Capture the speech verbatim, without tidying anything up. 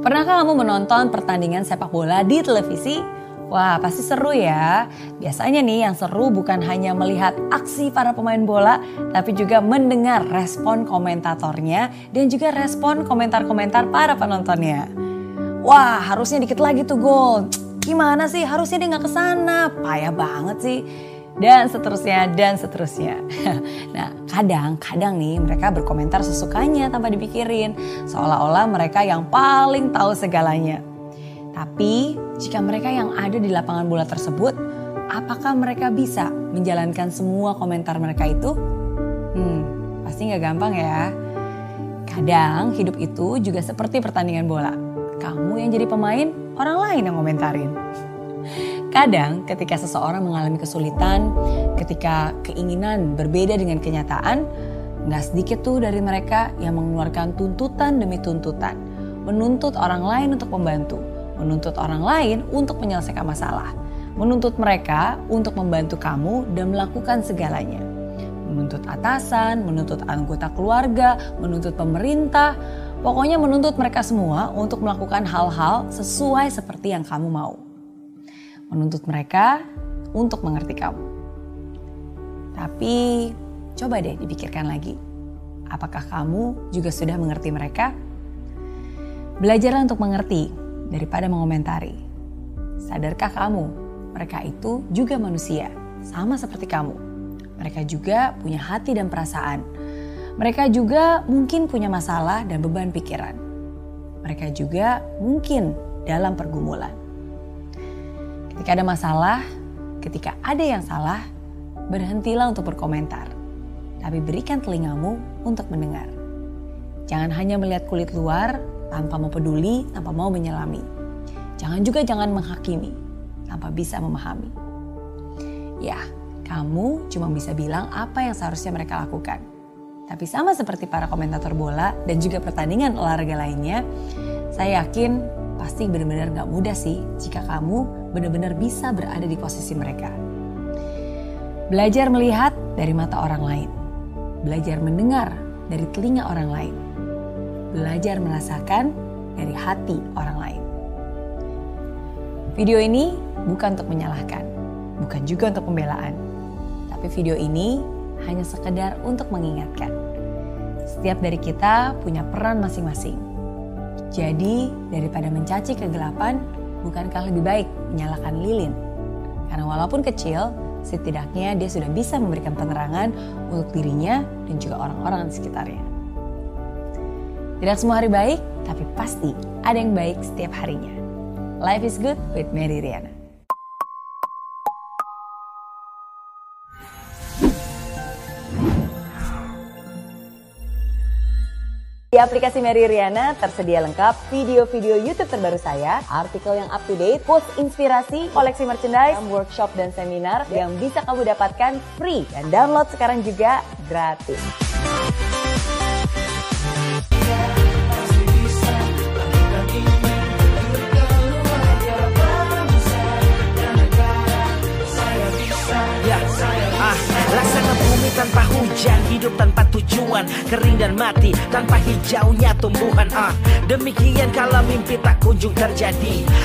Pernahkah kamu menonton pertandingan sepak bola di televisi? Wah, pasti seru ya. Biasanya nih yang seru bukan hanya melihat aksi para pemain bola, tapi juga mendengar respon komentatornya dan juga respon komentar-komentar para penontonnya. Wah, harusnya dikit lagi tuh gol. Gimana sih? Harusnya dia gak kesana. Payah banget sih. Dan seterusnya, dan seterusnya. Nah, kadang-kadang nih mereka berkomentar sesukanya tanpa dipikirin. Seolah-olah mereka yang paling tahu segalanya. Tapi, jika mereka yang ada di lapangan bola tersebut, apakah mereka bisa menjalankan semua komentar mereka itu? Hmm, pasti gak gampang ya. Kadang hidup itu juga seperti pertandingan bola. Kamu yang jadi pemain, orang lain yang komentarin. Kadang ketika seseorang mengalami kesulitan, ketika keinginan berbeda dengan kenyataan, gak sedikit tuh dari mereka yang mengeluarkan tuntutan demi tuntutan. Menuntut orang lain untuk membantu, menuntut orang lain untuk menyelesaikan masalah. Menuntut mereka untuk membantu kamu dan melakukan segalanya. Menuntut atasan, menuntut anggota keluarga, menuntut pemerintah. Pokoknya menuntut mereka semua untuk melakukan hal-hal sesuai seperti yang kamu mau. Menuntut mereka untuk mengerti kamu. Tapi coba deh dipikirkan lagi. Apakah kamu juga sudah mengerti mereka? Belajarlah untuk mengerti daripada mengomentari. Sadarkah kamu, mereka itu juga manusia, sama seperti kamu. Mereka juga punya hati dan perasaan. Mereka juga mungkin punya masalah dan beban pikiran. Mereka juga mungkin dalam pergumulan. Ketika ada masalah, ketika ada yang salah, berhentilah untuk berkomentar. Tapi berikan telingamu untuk mendengar. Jangan hanya melihat kulit luar tanpa mau peduli, tanpa mau menyelami. Jangan juga jangan menghakimi tanpa bisa memahami. Ya, kamu cuma bisa bilang apa yang seharusnya mereka lakukan. Tapi sama seperti para komentator bola dan juga pertandingan olahraga lainnya, saya yakin pasti benar-benar gak mudah sih jika kamu benar-benar bisa berada di posisi mereka. Belajar melihat dari mata orang lain. Belajar mendengar dari telinga orang lain. Belajar merasakan dari hati orang lain. Video ini bukan untuk menyalahkan, bukan juga untuk pembelaan. Tapi video ini hanya sekedar untuk mengingatkan. Setiap dari kita punya peran masing-masing. Jadi daripada mencaci kegelapan, bukankah lebih baik menyalakan lilin? Karena walaupun kecil, setidaknya dia sudah bisa memberikan penerangan untuk dirinya dan juga orang-orang di sekitarnya. Tidak semua hari baik, tapi pasti ada yang baik setiap harinya. Life is good with Mary Riana. Di aplikasi Mary Riana tersedia lengkap video-video YouTube terbaru saya, artikel yang up to date, post inspirasi, koleksi merchandise, workshop dan seminar yang bisa kamu dapatkan free dan download sekarang juga gratis. Laksana bumi tanpa hujan, hidup tanpa tujuan, kering dan mati tanpa hijaunya tumbuhan. Ah, demikian kalau mimpi tak kunjung terjadi.